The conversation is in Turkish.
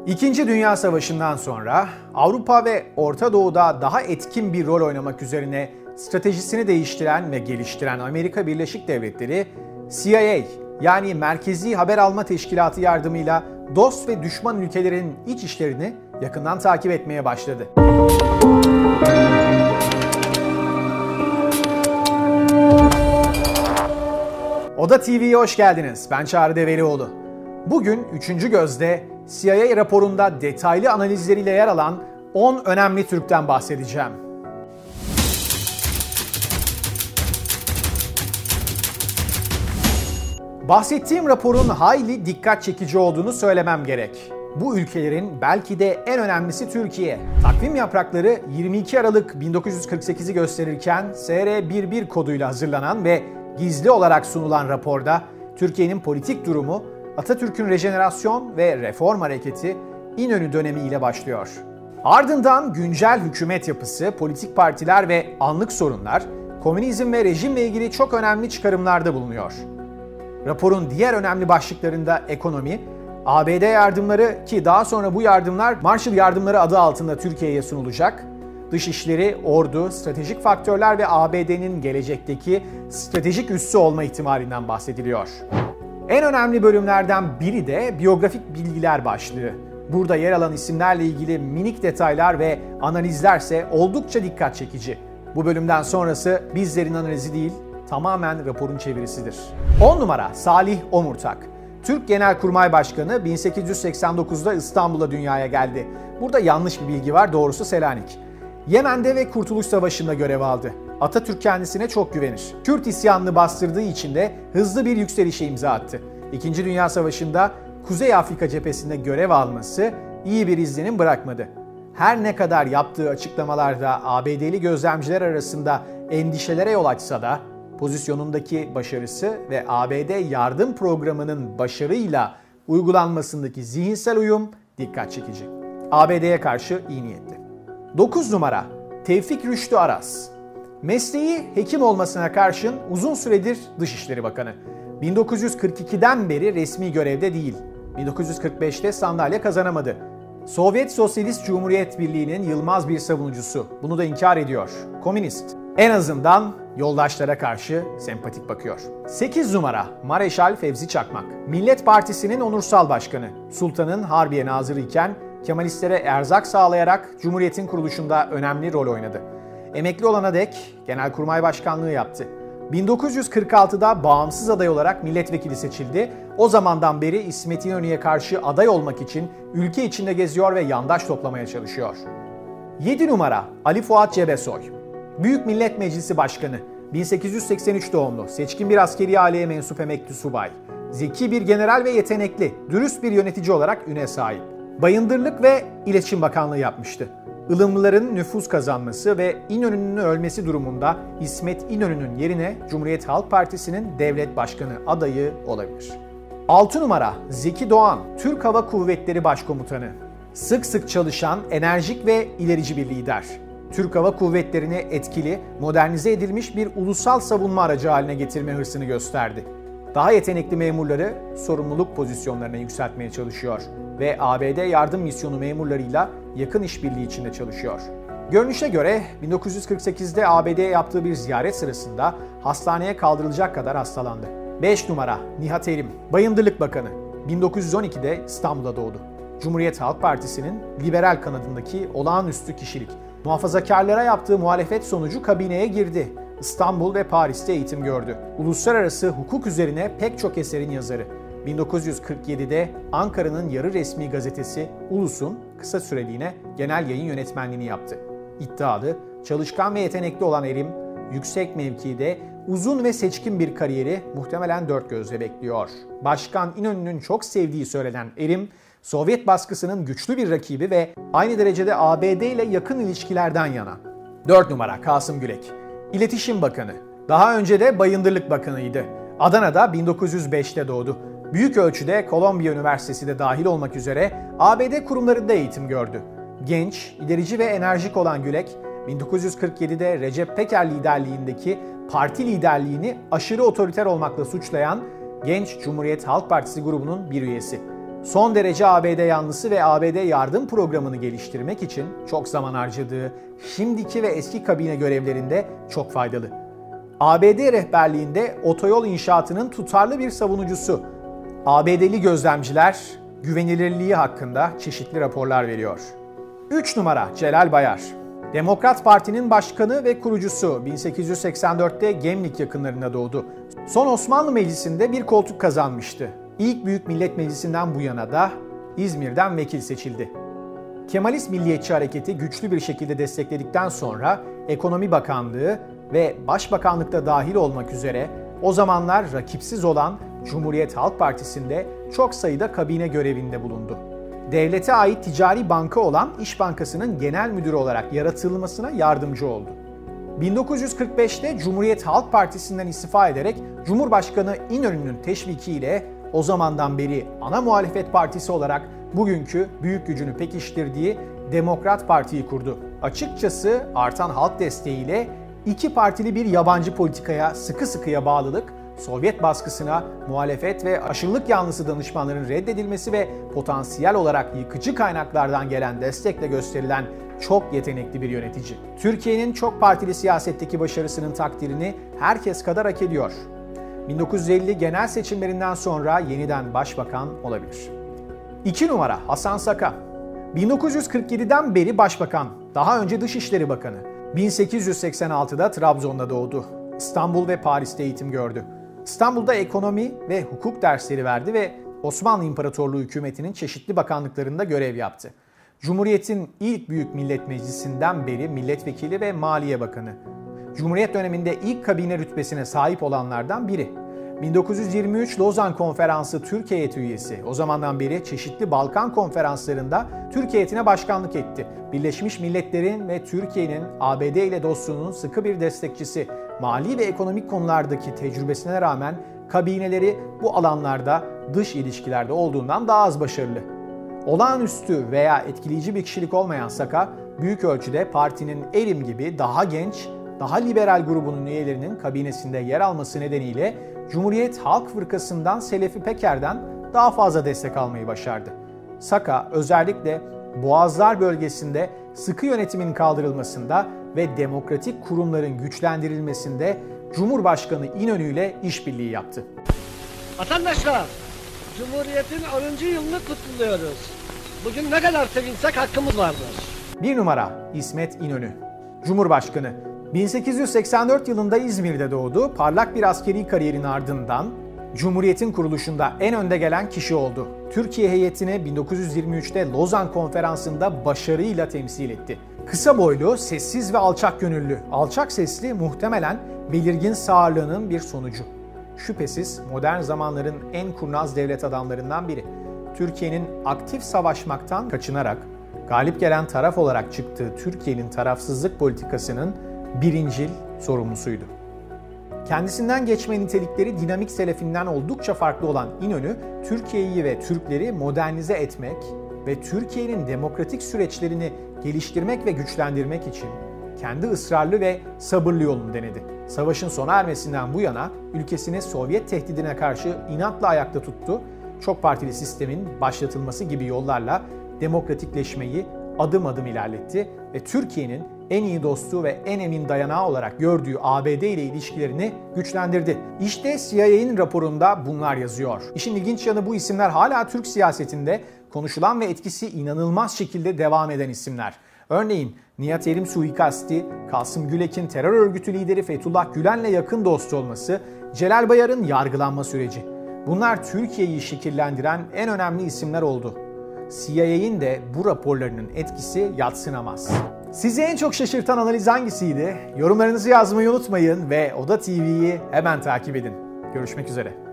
İkinci Dünya Savaşı'ndan sonra Avrupa ve Orta Doğu'da daha etkin bir rol oynamak üzerine stratejisini değiştiren ve geliştiren Amerika Birleşik Devletleri, CIA yani Merkezi Haber Alma Teşkilatı yardımıyla dost ve düşman ülkelerin iç işlerini yakından takip etmeye başladı. Oda TV'ye hoş geldiniz. Ben Çağrı Develioğlu. Bugün 3. Göz'de CIA raporunda detaylı analizleriyle yer alan 10 önemli Türk'ten bahsedeceğim. Bahsettiğim raporun hayli dikkat çekici olduğunu söylemem gerek. Bu ülkelerin belki de en önemlisi Türkiye. Takvim yaprakları 22 Aralık 1948'i gösterirken SR11 koduyla hazırlanan ve gizli olarak sunulan raporda Türkiye'nin politik durumu, Atatürk'ün rejenerasyon ve reform hareketi İnönü dönemi ile başlıyor. Ardından güncel hükümet yapısı, politik partiler ve anlık sorunlar, komünizm ve rejimle ilgili çok önemli çıkarımlarda bulunuyor. Raporun diğer önemli başlıklarında ekonomi, ABD yardımları ki daha sonra bu yardımlar Marshall Yardımları adı altında Türkiye'ye sunulacak, dışişleri, ordu, stratejik faktörler ve ABD'nin gelecekteki stratejik üssü olma ihtimalinden bahsediliyor. En önemli bölümlerden biri de biyografik bilgiler başlığı. Burada yer alan isimlerle ilgili minik detaylar ve analizlerse oldukça dikkat çekici. Bu bölümden sonrası bizlerin analizi değil, tamamen raporun çevirisidir. 10 numara Salih Omurtak. Türk Genelkurmay Başkanı 1889'da İstanbul'a dünyaya geldi. Burada yanlış bir bilgi var, doğrusu Selanik. Yemen'de ve Kurtuluş Savaşı'nda görev aldı. Atatürk kendisine çok güvenir. Kürt isyanını bastırdığı için de hızlı bir yükselişe imza attı. İkinci Dünya Savaşı'nda Kuzey Afrika cephesinde görev alması iyi bir izlenim bırakmadı. Her ne kadar yaptığı açıklamalarda ABD'li gözlemciler arasında endişelere yol açsa da pozisyonundaki başarısı ve ABD yardım programının başarıyla uygulanmasındaki zihinsel uyum dikkat çekici. ABD'ye karşı iyi niyetli. 9 numara Tevfik Rüştü Aras. Mesleği hekim olmasına karşın uzun süredir Dışişleri Bakanı. 1942'den beri resmi görevde değil. 1945'te sandalye kazanamadı. Sovyet Sosyalist Cumhuriyet Birliği'nin yılmaz bir savunucusu. Bunu da inkar ediyor. Komünist. En azından yoldaşlara karşı sempatik bakıyor. 8 numara Mareşal Fevzi Çakmak. Millet Partisi'nin onursal başkanı. Sultan'ın Harbiye Nazırı iken Kemalistlere erzak sağlayarak Cumhuriyet'in kuruluşunda önemli rol oynadı. Emekli olana dek Genelkurmay Başkanlığı yaptı. 1946'da bağımsız aday olarak milletvekili seçildi. O zamandan beri İsmet İnönü'ye karşı aday olmak için ülke içinde geziyor ve yandaş toplamaya çalışıyor. 7 numara Ali Fuat Cebesoy. Büyük Millet Meclisi Başkanı. 1883 doğumlu, seçkin bir askeri aileye mensup emekli subay. Zeki bir general ve yetenekli, dürüst bir yönetici olarak üne sahip. Bayındırlık ve İletişim Bakanlığı yapmıştı. Ilımlıların nüfuz kazanması ve İnönü'nün ölmesi durumunda İsmet İnönü'nün yerine Cumhuriyet Halk Partisi'nin devlet başkanı adayı olabilir. 6 numara Zeki Doğan, Türk Hava Kuvvetleri Başkomutanı. Sık sık çalışan, enerjik ve ilerici bir lider. Türk Hava Kuvvetleri'ni etkili, modernize edilmiş bir ulusal savunma aracı haline getirme hırsını gösterdi. Daha yetenekli memurları sorumluluk pozisyonlarına yükseltmeye çalışıyor ve ABD yardım misyonu memurlarıyla yakın işbirliği içinde çalışıyor. Görünüşe göre 1948'de ABD'ye yaptığı bir ziyaret sırasında hastaneye kaldırılacak kadar hastalandı. 5 numara Nihat Erim, Bayındırlık Bakanı. 1912'de İstanbul'da doğdu. Cumhuriyet Halk Partisi'nin liberal kanadındaki olağanüstü kişilik. Muhafazakarlara yaptığı muhalefet sonucu kabineye girdi. İstanbul ve Paris'te eğitim gördü. Uluslararası hukuk üzerine pek çok eserin yazarı. 1947'de Ankara'nın yarı resmi gazetesi Ulus'un kısa süreliğine genel yayın yönetmenliğini yaptı. İddialı, çalışkan ve yetenekli olan Erim, yüksek mevkide uzun ve seçkin bir kariyeri muhtemelen dört gözle bekliyor. Başkan İnönü'nün çok sevdiği söylenen Erim, Sovyet baskısının güçlü bir rakibi ve aynı derecede ABD ile yakın ilişkilerden yana. 4 numara Kasım Gülek, İletişim Bakanı. Daha önce de Bayındırlık Bakanıydı. Adana'da 1905'te doğdu. Büyük ölçüde Kolombiya Üniversitesi de dahil olmak üzere ABD kurumlarında eğitim gördü. Genç, ilerici ve enerjik olan Gülek, 1947'de Recep Peker liderliğindeki parti liderliğini aşırı otoriter olmakla suçlayan Genç Cumhuriyet Halk Partisi grubunun bir üyesi. Son derece ABD yanlısı ve ABD yardım programını geliştirmek için çok zaman harcadığı şimdiki ve eski kabine görevlerinde çok faydalı. ABD rehberliğinde otoyol inşaatının tutarlı bir savunucusu. ABD'li gözlemciler güvenilirliği hakkında çeşitli raporlar veriyor. 3 numara Celal Bayar. Demokrat Parti'nin başkanı ve kurucusu, 1884'te Gemlik yakınlarında doğdu. Son Osmanlı Meclisi'nde bir koltuk kazanmıştı. İlk Büyük Millet Meclisi'nden bu yana da İzmir'den vekil seçildi. Kemalist Milliyetçi Hareketi güçlü bir şekilde destekledikten sonra Ekonomi Bakanlığı ve Başbakanlıkta dahil olmak üzere o zamanlar rakipsiz olan Cumhuriyet Halk Partisi'nde çok sayıda kabine görevinde bulundu. Devlete ait ticari banka olan İş Bankası'nın genel müdürü olarak yaratılmasına yardımcı oldu. 1945'te Cumhuriyet Halk Partisi'nden istifa ederek Cumhurbaşkanı İnönü'nün teşvikiyle o zamandan beri ana muhalefet partisi olarak bugünkü büyük gücünü pekiştirdiği Demokrat Parti'yi kurdu. Açıkçası artan halk desteğiyle iki partili bir yabancı politikaya sıkı sıkıya bağlılık, Sovyet baskısına, muhalefet ve aşırılık yanlısı danışmanların reddedilmesi ve potansiyel olarak yıkıcı kaynaklardan gelen destekle gösterilen çok yetenekli bir yönetici. Türkiye'nin çok partili siyasetteki başarısının takdirini herkes kadar hak ediyor. 1950 genel seçimlerinden sonra yeniden başbakan olabilir. 2 numara Hasan Saka. 1947'den beri başbakan, daha önce Dışişleri Bakanı. 1886'da Trabzon'da doğdu. İstanbul ve Paris'te eğitim gördü. İstanbul'da ekonomi ve hukuk dersleri verdi ve Osmanlı İmparatorluğu hükümetinin çeşitli bakanlıklarında görev yaptı. Cumhuriyet'in ilk Büyük Millet Meclisi'nden beri milletvekili ve Maliye Bakanı. Cumhuriyet döneminde ilk kabine rütbesine sahip olanlardan biri. 1923 Lozan Konferansı Türk heyeti üyesi. O zamandan beri çeşitli Balkan konferanslarında Türk heyetine başkanlık etti. Birleşmiş Milletler'in ve Türkiye'nin ABD ile dostluğunun sıkı bir destekçisi. Mali ve ekonomik konulardaki tecrübesine rağmen kabineleri bu alanlarda dış ilişkilerde olduğundan daha az başarılı. Olağanüstü veya etkileyici bir kişilik olmayan Saka, büyük ölçüde partinin Erim gibi daha genç, daha liberal grubunun üyelerinin kabinesinde yer alması nedeniyle Cumhuriyet Halk Fırkası'ndan Selefi Peker'den daha fazla destek almayı başardı. Saka özellikle Boğazlar bölgesinde sıkı yönetimin kaldırılmasında ve demokratik kurumların güçlendirilmesinde Cumhurbaşkanı İnönü ile işbirliği yaptı. Vatandaşlar, Cumhuriyet'in 10. yılını kutluyoruz. Bugün ne kadar sevinsek hakkımız vardır. 1 numara İsmet İnönü. Cumhurbaşkanı. 1884 yılında İzmir'de doğdu. Parlak bir askeri kariyerin ardından Cumhuriyet'in kuruluşunda en önde gelen kişi oldu. Türkiye heyetini 1923'te Lozan Konferansı'nda başarıyla temsil etti. Kısa boylu, sessiz ve alçak gönüllü, alçak sesli muhtemelen belirgin sağırlığının bir sonucu. Şüphesiz modern zamanların en kurnaz devlet adamlarından biri. Türkiye'nin aktif savaşmaktan kaçınarak galip gelen taraf olarak çıktığı Türkiye'nin tarafsızlık politikasının birincil sorumlusuydu. Kendisinden geçme nitelikleri dinamik selefinden oldukça farklı olan İnönü, Türkiye'yi ve Türkleri modernize etmek ve Türkiye'nin demokratik süreçlerini geliştirmek ve güçlendirmek için kendi ısrarlı ve sabırlı yolunu denedi. Savaşın sona ermesinden bu yana ülkesini Sovyet tehdidine karşı inatla ayakta tuttu, çok partili sistemin başlatılması gibi yollarla demokratikleşmeyi adım adım ilerletti ve Türkiye'nin en iyi dostu ve en emin dayanağı olarak gördüğü ABD ile ilişkilerini güçlendirdi. İşte CIA'nin raporunda bunlar yazıyor. İşin ilginç yanı bu isimler hala Türk siyasetinde konuşulan ve etkisi inanılmaz şekilde devam eden isimler. Örneğin Nihat Erim suikasti, Kasım Gülek'in terör örgütü lideri Fethullah Gülen'le yakın dost olması, Celal Bayar'ın yargılanma süreci. Bunlar Türkiye'yi şekillendiren en önemli isimler oldu. CIA'nin de bu raporlarının etkisi yadsınamaz. Sizi en çok şaşırtan analiz hangisiydi? Yorumlarınızı yazmayı unutmayın ve Oda TV'yi hemen takip edin. Görüşmek üzere.